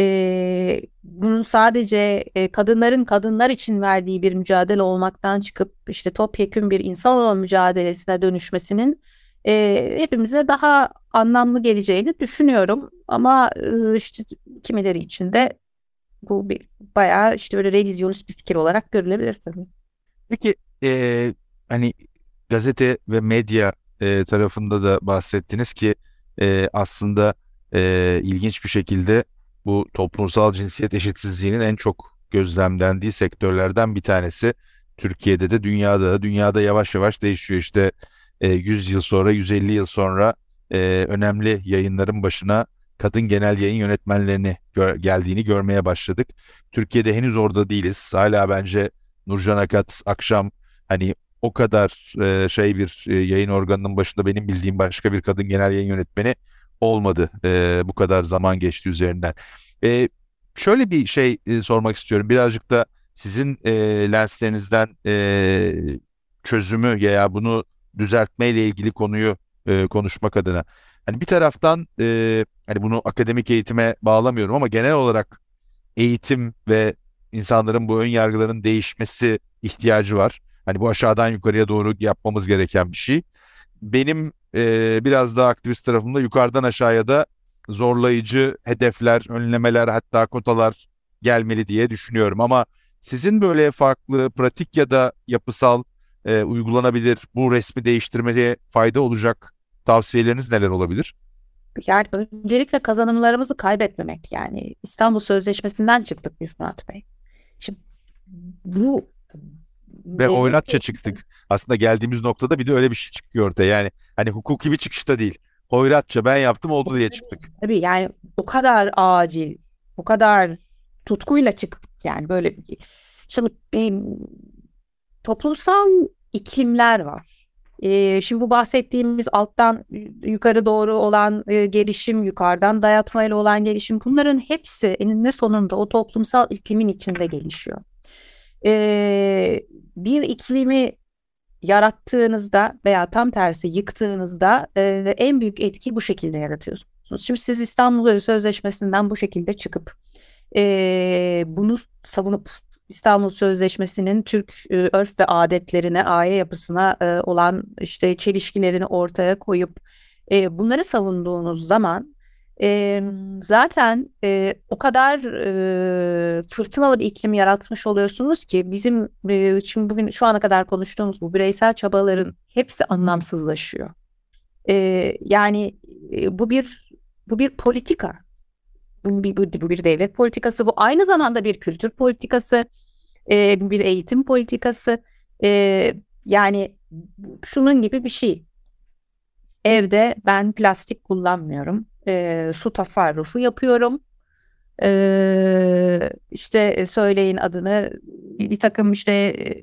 e, bunun sadece e, kadınların kadınlar için verdiği bir mücadele olmaktan çıkıp işte topyekün bir insan olma mücadelesine dönüşmesinin e, hepimize daha anlamlı geleceğini düşünüyorum. Ama e, işte kimileri için de bu bir, bayağı işte böyle revizyonist bir fikir olarak görülebilir tabii. Peki e, hani gazete ve medya e, tarafında da bahsettiniz ki e, aslında e, ilginç bir şekilde bu toplumsal cinsiyet eşitsizliğinin en çok gözlemlendiği sektörlerden bir tanesi. Türkiye'de de dünyada da dünyada yavaş yavaş değişiyor. İşte e, yüz yıl sonra, yüz elli yıl sonra e, önemli yayınların başına kadın genel yayın yönetmenlerini gö- geldiğini görmeye başladık. Türkiye'de henüz orada değiliz. Hala bence Nurcan Akat akşam hani o kadar e, şey bir e, yayın organının başında benim bildiğim başka bir kadın genel yayın yönetmeni olmadı. E, bu kadar zaman geçti üzerinden. E, şöyle bir şey e, sormak istiyorum. Birazcık da sizin e, lenslerinizden e, çözümü veya bunu düzeltmeyle ilgili konuyu e, konuşmak adına. Hani bir taraftan e, hani bunu akademik eğitime bağlamıyorum ama genel olarak eğitim ve insanların bu ön yargıların değişmesi ihtiyacı var. Hani bu aşağıdan yukarıya doğru yapmamız gereken bir şey. Benim e, biraz daha aktivist tarafımda yukarıdan aşağıya da zorlayıcı hedefler, önlemeler, hatta kotalar gelmeli diye düşünüyorum. Ama sizin böyle farklı, pratik ya da yapısal, e, uygulanabilir, bu resmi değiştirmeye fayda olacak tavsiyeleriniz neler olabilir? Yani öncelikle kazanımlarımızı kaybetmemek, yani İstanbul Sözleşmesi'nden çıktık biz Murat Bey. Şimdi bu Ve oynatça devlet çıktık. Aslında geldiğimiz noktada bir de öyle bir şey çıkıyor ortaya. Yani hani hukuki bir çıkışta değil. Hoyratça ben yaptım oldu diye çıktık. tabii yani o kadar acil, o kadar tutkuyla çıktık yani böyle bir. Şimdi benim, toplumsal iklimler var. Ee, şimdi bu bahsettiğimiz alttan yukarı doğru olan e, gelişim, yukarıdan dayatmayla olan gelişim, bunların hepsi eninde sonunda o toplumsal iklimin içinde gelişiyor. Ee, bir iklimi yarattığınızda veya tam tersi yıktığınızda e, en büyük etki bu şekilde yaratıyorsunuz. Şimdi siz İstanbul Sözleşmesi'nden bu şekilde çıkıp e, bunu savunup İstanbul Sözleşmesi'nin Türk e, örf ve adetlerine, aile yapısına e, olan işte çelişkilerini ortaya koyup e, bunları savunduğunuz zaman E, zaten e, o kadar e, fırtınalı bir iklim yaratmış oluyorsunuz ki bizim e, şimdi bugün şu ana kadar konuştuğumuz bu bireysel çabaların hepsi anlamsızlaşıyor. E, yani e, bu bir bu bir politika. Bu bir, bu, bu bir devlet politikası. Bu aynı zamanda bir kültür politikası, e, bir eğitim politikası. E, yani şunun gibi bir şey. Evde ben plastik kullanmıyorum. E, su tasarrufu yapıyorum. E, işte söyleyin adını. Bir, bir takım işte e,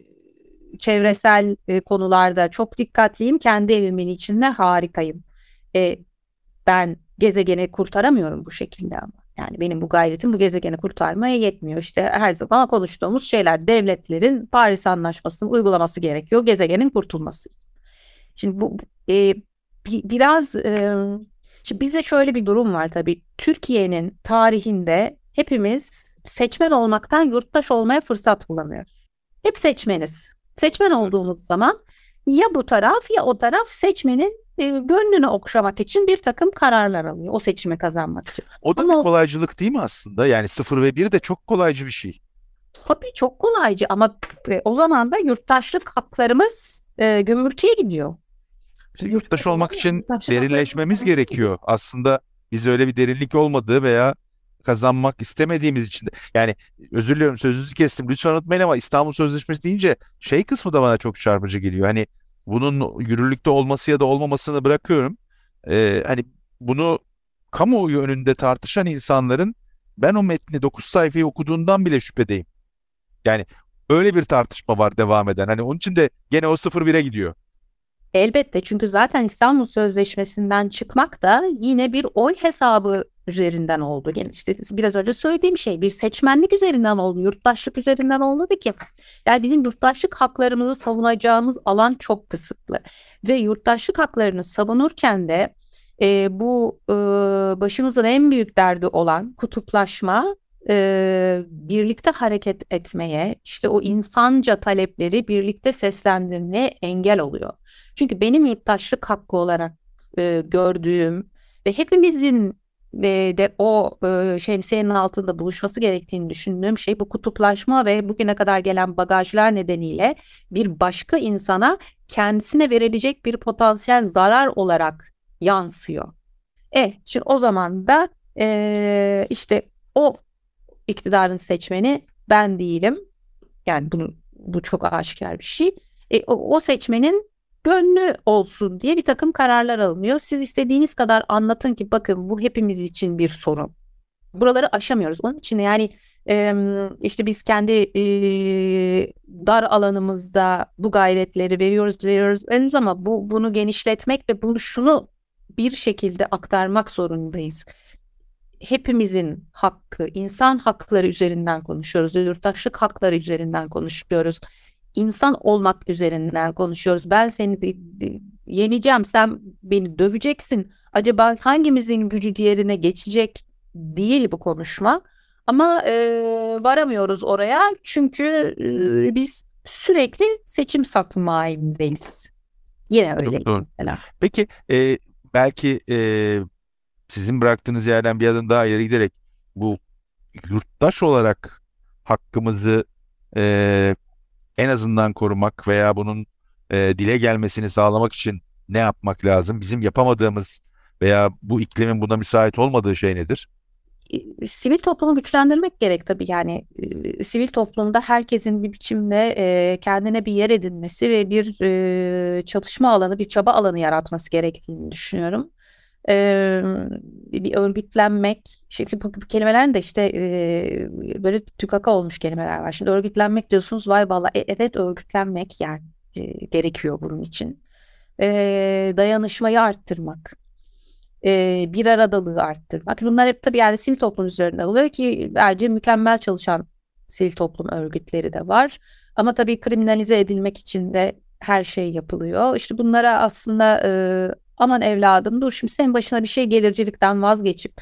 çevresel e, konularda çok dikkatliyim. Kendi evimin içinde harikayım. E, ben gezegeni kurtaramıyorum bu şekilde ama. Yani benim bu gayretim bu gezegeni kurtarmaya yetmiyor. İşte her zaman konuştuğumuz şeyler, devletlerin Paris Anlaşması'nı uygulaması gerekiyor gezegenin kurtulması için. Şimdi bu e, bi- biraz e, şimdi bize şöyle bir durum var tabii. Türkiye'nin tarihinde hepimiz seçmen olmaktan yurttaş olmaya fırsat bulamıyoruz. Hep seçmeniz. Seçmen olduğumuz zaman ya bu taraf ya o taraf seçmenin e, gönlünü okşamak için bir takım kararlar alıyor. O seçimi kazanmak için. O da Ama bir o kolaycılık değil mi aslında? Yani sıfır ve bir de çok kolaycı bir şey. tabii çok kolaycı ama e, o zaman da yurttaşlık haklarımız e, gümbürtüye gidiyor. İşte Yurt, yurttaş olmak için yurttaşlık derinleşmemiz haklarımız gerekiyor. Aslında biz öyle bir derinlik olmadığı veya kazanmak istemediğimiz için de. Yani özür diliyorum sözünüzü kestim. Lütfen unutmayın ama İstanbul Sözleşmesi deyince şey kısmı da bana çok çarpıcı geliyor. Hani bunun yürürlükte olması ya da olmamasını bırakıyorum. Ee, hani bunu kamuoyu önünde tartışan insanların ben o metni dokuz sayfayı okuduğundan bile şüphedeyim. Yani öyle bir tartışma var devam eden. Hani onun için de gene o sıfır bire gidiyor. Elbette çünkü zaten İstanbul Sözleşmesi'nden çıkmak da yine bir oy hesabı üzerinden oldu. Yani işte biraz önce söylediğim şey bir seçmenlik üzerinden oldu, yurttaşlık üzerinden olmadı ki. Yani bizim yurttaşlık haklarımızı savunacağımız alan çok kısıtlı ve yurttaşlık haklarını savunurken de e, bu e, başımızın en büyük derdi olan kutuplaşma e, birlikte hareket etmeye, işte o insanca talepleri birlikte seslendirmeye engel oluyor. Çünkü benim yurttaşlık hakkı olarak e, gördüğüm ve hepimizin e, de o e, şemsiyenin altında buluşması gerektiğini düşündüğüm şey bu kutuplaşma ve bugüne kadar gelen bagajlar nedeniyle bir başka insana kendisine verilecek bir potansiyel zarar olarak yansıyor. E, şimdi o zaman da e, işte o iktidarın seçmeni ben değilim. Yani bunu bu çok aşikar bir şey. E, o, o seçmenin gönlü olsun diye bir takım kararlar alınıyor. Siz istediğiniz kadar anlatın ki bakın bu hepimiz için bir sorun. Buraları aşamıyoruz. Onun için yani e, işte biz kendi e, dar alanımızda bu gayretleri veriyoruz, veriyoruz, veriyoruz ama bu bunu genişletmek ve bunu şunu bir şekilde aktarmak zorundayız. Hepimizin hakkı, insan hakları üzerinden konuşuyoruz, yurttaşlık hakları üzerinden konuşuyoruz. İnsan olmak üzerinden konuşuyoruz. Ben seni de, de, yeneceğim, sen beni döveceksin. Acaba hangimizin gücü diğerine geçecek değil bu konuşma. Ama e, varamıyoruz oraya çünkü e, biz sürekli seçim satma halindeyiz. Yine öyle Çok doğru. mesela. Peki e, belki e, sizin bıraktığınız yerden bir adım daha ileri giderek bu yurttaş olarak hakkımızı e, en azından korumak veya bunun e, dile gelmesini sağlamak için ne yapmak lazım? Bizim yapamadığımız veya bu iklimin buna müsait olmadığı şey nedir? E, Sivil toplumu güçlendirmek gerek tabii yani e, sivil toplumda herkesin bir biçimde e, kendine bir yer edinmesi ve bir e, çalışma alanı, bir çaba alanı yaratması gerektiğini düşünüyorum. E, bir örgütlenmek, şimdi bu, bu kelimelerin de işte e, böyle tükaka olmuş kelimeler var. Şimdi örgütlenmek diyorsunuz, vay vallahi e, evet örgütlenmek yani e, gerekiyor bunun için. E, dayanışmayı arttırmak. E, bir aradalığı arttırmak. Bunlar hep tabii yani sivil toplum üzerinden oluyor ki bence mükemmel çalışan sivil toplum örgütleri de var. Ama tabii kriminalize edilmek için de her şey yapılıyor. İşte bunlara aslında e, aman evladım dur şimdi senin başına bir şey gelircilikten vazgeçip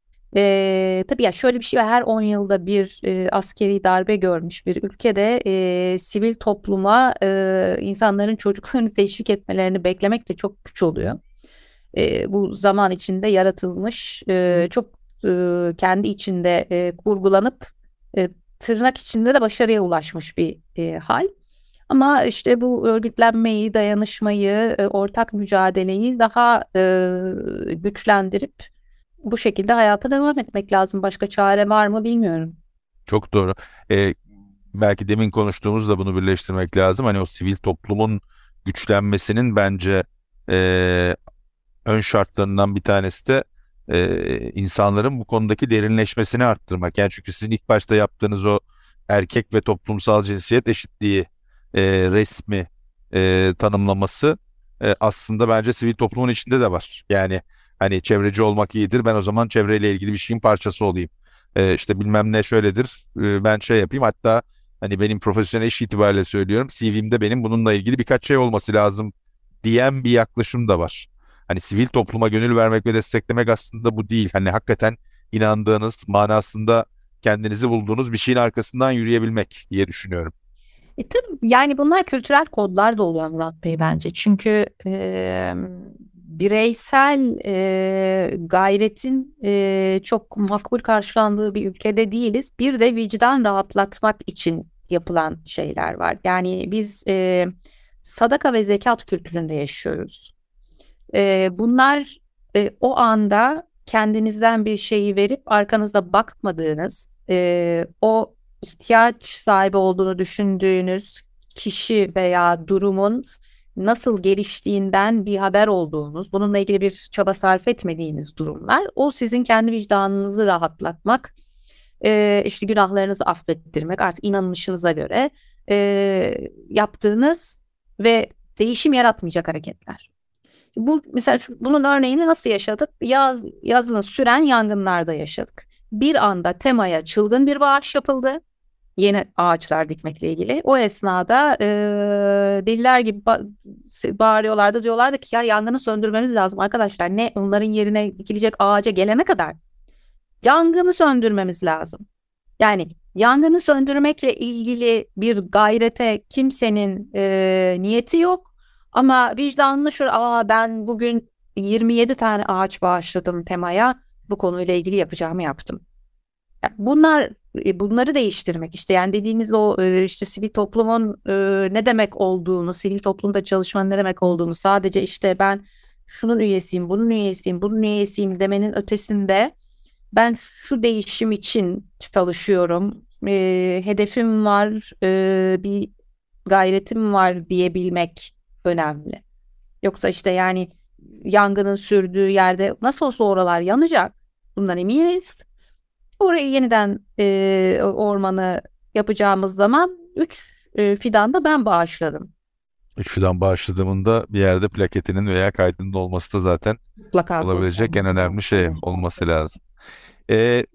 e, tabii ya şöyle bir şey var, her on yılda bir e, askeri darbe görmüş bir ülkede e, sivil topluma e, insanların çocuklarını teşvik etmelerini beklemek de çok güç oluyor. e, bu zaman içinde yaratılmış, e, çok e, kendi içinde e, kurgulanıp e, tırnak içinde de başarıya ulaşmış bir e, hal. Ama işte bu örgütlenmeyi, dayanışmayı, e, ortak mücadeleyi daha e, güçlendirip bu şekilde hayata devam etmek lazım. Başka çare var mı bilmiyorum. Çok doğru. Ee, belki demin konuştuğumuzda bunu birleştirmek lazım. Hani o sivil toplumun güçlenmesinin bence e, ön şartlarından bir tanesi de e, insanların bu konudaki derinleşmesini arttırmak. Yani çünkü sizin ilk başta yaptığınız o erkek ve toplumsal cinsiyet eşitliği e, resmi e, tanımlaması e, aslında bence sivil toplumun içinde de var. Yani hani çevreci olmak iyidir. Ben o zaman çevreyle ilgili bir şeyin parçası olayım. E, işte bilmem ne şöyledir. E, ben şey yapayım. Hatta hani benim profesyonel iş itibariyle söylüyorum. C V'mde benim bununla ilgili birkaç şey olması lazım diyen bir yaklaşım da var. Hani sivil topluma gönül vermek ve desteklemek aslında bu değil. Hani hakikaten inandığınız, manasında kendinizi bulduğunuz bir şeyin arkasından yürüyebilmek diye düşünüyorum. E tabii yani bunlar kültürel kodlar da oluyor Murat Bey bence. Çünkü e, bireysel e, gayretin e, çok makbul karşılandığı bir ülkede değiliz. Bir de vicdan rahatlatmak için yapılan şeyler var. Yani biz e, sadaka ve zekat kültüründe yaşıyoruz. E, bunlar e, o anda kendinizden bir şeyi verip arkanıza bakmadığınız, e, o ihtiyaç sahibi olduğunu düşündüğünüz kişi veya durumun nasıl geliştiğinden bir haber olduğunuz, bununla ilgili bir çaba sarf etmediğiniz durumlar, o sizin kendi vicdanınızı rahatlatmak, e, işte günahlarınızı affettirmek, artık inanışınıza göre e, yaptığınız ve değişim yaratmayacak hareketler. Bu mesela şu, bunun örneğini nasıl yaşadık? Yaz yazın süren yangınlarda yaşadık. Bir anda temaya çılgın bir bağış yapıldı. Yeni ağaçlar dikmekle ilgili. O esnada e, deliler gibi ba- bağırıyorlardı. Diyorlardı ki ya yangını söndürmemiz lazım arkadaşlar. Ne onların yerine dikilecek ağaca gelene kadar yangını söndürmemiz lazım. Yani yangını söndürmekle ilgili bir gayrete kimsenin e, niyeti yok. Ama vicdanlı şu, aa ben bugün yirmi yedi tane ağaç bağışladım temaya. Bu konuyla ilgili yapacağımı yaptım. Yani bunlar e, bunları değiştirmek işte yani dediğiniz o e, işte sivil toplumun e, ne demek olduğunu, sivil toplumda çalışmanın ne demek olduğunu sadece işte ben şunun üyesiyim, bunun üyesiyim, bunun üyesiyim demenin ötesinde ben şu değişim için çalışıyorum, e, hedefim var, e, bir gayretim var diyebilmek önemli. Yoksa işte yani yangının sürdüğü yerde nasıl olsa oralar yanacak. Bundan eminiz. Orayı yeniden e, ormanı yapacağımız zaman üç e, fidan da ben bağışladım. Üçüden başladığımında bir yerde plaketinin veya kaydının olması da zaten Mutlaka olabilecek sosyal en önemli şey olması lazım. Ee,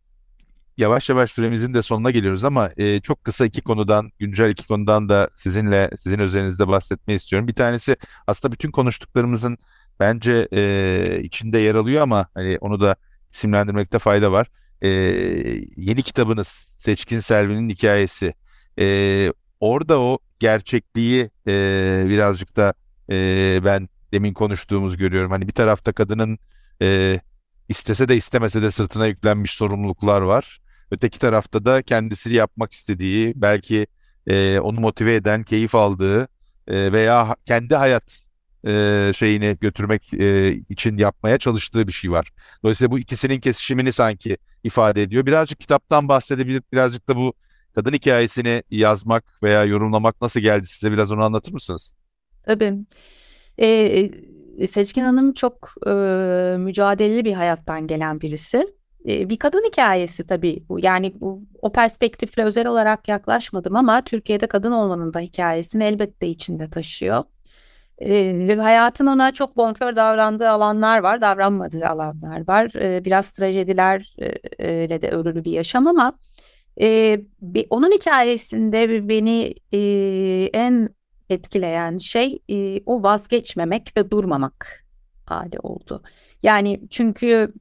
Yavaş yavaş süremizin de sonuna geliyoruz ama e, çok kısa iki konudan, güncel iki konudan da sizinle, sizin özelinizde bahsetmeyi istiyorum. Bir tanesi aslında bütün konuştuklarımızın bence e, içinde yer alıyor ama hani onu da isimlendirmekte fayda var. E, Yeni kitabınız Seçkin Selvi'nin hikayesi. E, Orada o gerçekliği e, birazcık da e, ben demin konuştuğumuz görüyorum. Hani bir tarafta kadının e, istese de istemese de sırtına yüklenmiş sorumluluklar var. Öteki tarafta da kendisi yapmak istediği, belki e, onu motive eden, keyif aldığı e, veya ha- kendi hayat e, şeyini götürmek e, için yapmaya çalıştığı bir şey var. Dolayısıyla bu ikisinin kesişimini sanki ifade ediyor. Birazcık kitaptan bahsedebilir, birazcık da bu kadın hikayesini yazmak veya yorumlamak nasıl geldi size? Biraz onu anlatır mısınız? Tabii. Ee, Seçkin Hanım çok e, mücadeleli bir hayattan gelen birisi. E, bir kadın hikayesi tabii bu. Yani bu, o perspektifle özel olarak yaklaşmadım ama Türkiye'de kadın olmanın da hikayesini elbette içinde taşıyor. E, hayatın ona çok bonkör davrandığı alanlar var, davranmadığı alanlar var. E, biraz trajedilerle de örülü bir yaşam ama e, bir- onun hikayesinde beni e, en etkileyen şey e, o vazgeçmemek ve durmamak hali oldu. Yani çünkü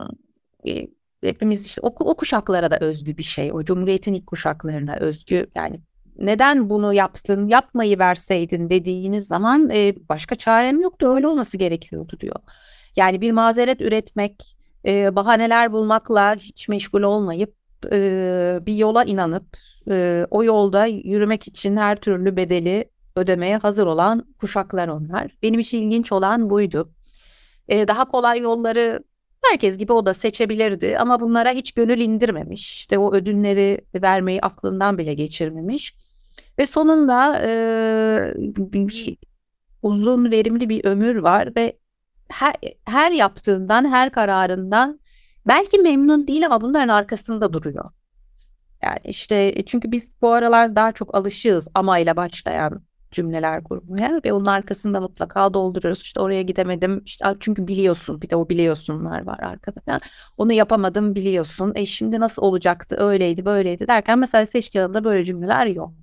e, hepimiz işte o, o kuşaklara da özgü bir şey. O Cumhuriyet'in ilk kuşaklarına özgü yani neden bunu yaptın, yapmayı verseydin dediğiniz zaman e, başka çarem yoktu, öyle olması gerekiyordu diyor. Yani bir mazeret üretmek, e, bahaneler bulmakla hiç meşgul olmayıp e, bir yola inanıp e, o yolda yürümek için her türlü bedeli ödemeye hazır olan kuşaklar onlar. Benim için ilginç olan buydu. E, daha kolay yolları herkes gibi o da seçebilirdi ama bunlara hiç gönül indirmemiş. İşte o ödünleri vermeyi aklından bile geçirmemiş. Ve sonunda e, bir uzun verimli bir ömür var ve her, her yaptığından, her kararından belki memnun değil ama bunların arkasında duruyor. Yani işte çünkü biz bu aralar daha çok alışığız amayla başlayan cümleler kurmaya ve onun arkasında mutlaka dolduruyoruz. İşte oraya gidemedim işte çünkü biliyorsun, bir de o biliyorsunlar var arkada. Onu yapamadım biliyorsun. E şimdi nasıl olacaktı, öyleydi böyleydi derken mesela seçki alanında böyle cümleler yok.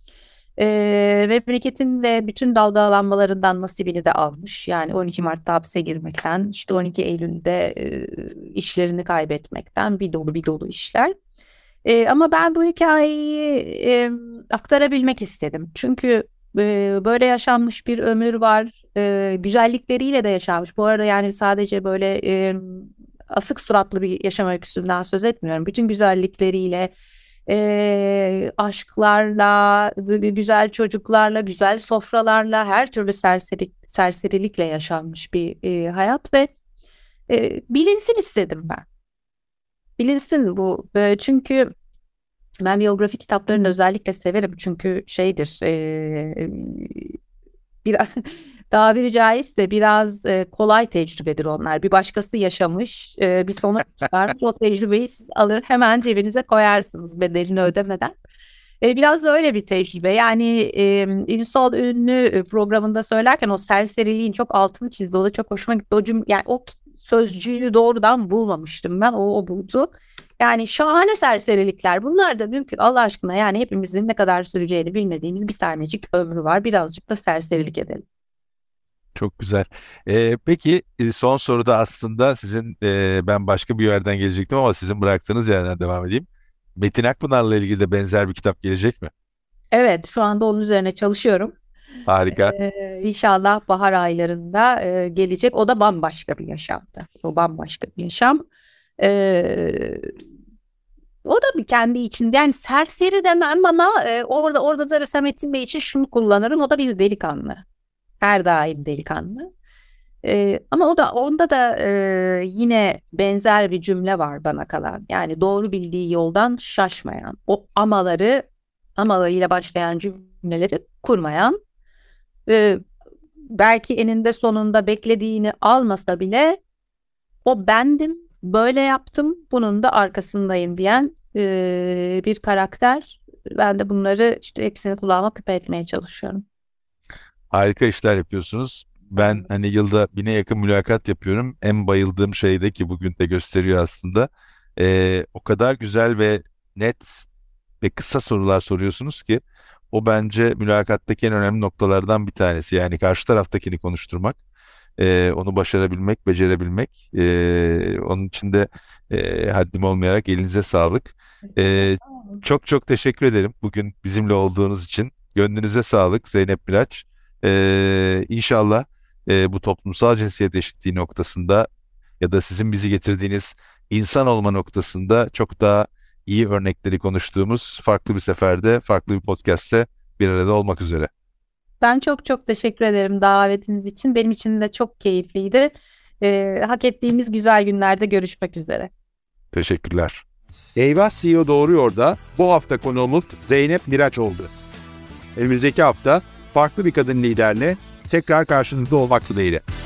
Ee, memleketin de bütün dalgalanmalarından nasibini de almış. Yani on iki Mart'ta hapse girmekten, işte on iki Eylül'de e, işlerini kaybetmekten bir dolu bir dolu işler. E, ama ben bu hikayeyi e, aktarabilmek istedim. Çünkü e, böyle yaşanmış bir ömür var. E, güzellikleriyle de yaşanmış. Bu arada yani sadece böyle e, asık suratlı bir yaşam öyküsünden söz etmiyorum. Bütün güzellikleriyle, e, aşklarla, güzel çocuklarla, güzel sofralarla, her türlü serseri, serserilikle yaşanmış bir e, hayat ve e, bilinsin istedim ben. Bilinsin bu. E, çünkü ben biyografi kitaplarını özellikle severim. Çünkü şeydir, e, biraz tabiri caizse biraz e, kolay tecrübedir onlar. Bir başkası yaşamış, e, bir sonuç çıkarmış. O tecrübeyi siz alır hemen cebinize koyarsınız bedelini ödemeden. E, biraz da öyle bir tecrübe. Yani e, Ünsal Ünlü programında söylerken o serseriliğin çok altını çizdi. O da çok hoşuma gitti. O cümle, yani o sözcüğü doğrudan bulmamıştım ben. O, o buldu. Yani şahane serserilikler. Bunlar da mümkün. Allah aşkına yani hepimizin ne kadar süreceğini bilmediğimiz bir tanecik ömrü var. Birazcık da serserilik edelim. Çok güzel. Ee, peki son soruda aslında sizin e, ben başka bir yerden gelecektim ama sizin bıraktığınız yerden devam edeyim. Metin Akpınar'la ilgili de benzer bir kitap gelecek mi? Evet, şu anda onun üzerine çalışıyorum. Harika. Ee, İnşallah bahar aylarında e, gelecek. O da bambaşka bir yaşamdı. O bambaşka bir yaşam. Ee, O da bir kendi içinde yani serseri demem ama e, orada orada da mesela Metin Bey için şunu kullanırım. O da bir delikanlı. Her daim delikanlı. E, ama o da onda da e, yine benzer bir cümle var bana kalan. Yani doğru bildiği yoldan şaşmayan, o amaları amalarıyla başlayan cümleleri kurmayan, e, belki eninde sonunda beklediğini almasa bile o bendim, böyle yaptım, bunun da arkasındayım diyen e, bir karakter. Ben de bunları işte hepsini kulağıma küpe etmeye çalışıyorum. Harika işler yapıyorsunuz. Ben hani yılda bine yakın mülakat yapıyorum. En bayıldığım şey de ki bugün de gösteriyor aslında. Ee, o kadar güzel ve net ve kısa sorular soruyorsunuz ki o bence mülakattaki en önemli noktalardan bir tanesi. Yani karşı taraftakini konuşturmak, e, onu başarabilmek, becerebilmek. E, onun için de e, haddim olmayarak elinize sağlık. E, çok çok teşekkür ederim bugün bizimle olduğunuz için. Gönlünüze sağlık Zeynep Miraç. E, İnşallah e, bu toplumsal cinsiyet eşitliği noktasında ya da sizin bizi getirdiğiniz insan olma noktasında çok daha iyi örnekleri konuştuğumuz farklı bir seferde, farklı bir podcast'te bir arada olmak üzere. Ben çok çok teşekkür ederim davetiniz için. Benim için de çok keyifliydi. Ee, hak ettiğimiz güzel günlerde görüşmek üzere. Teşekkürler. Eyvah C E O Doğruyor da bu hafta konuğumuz Zeynep Miraç oldu. Önümüzdeki hafta farklı bir kadın liderle tekrar karşınızda olmak dileğiyle.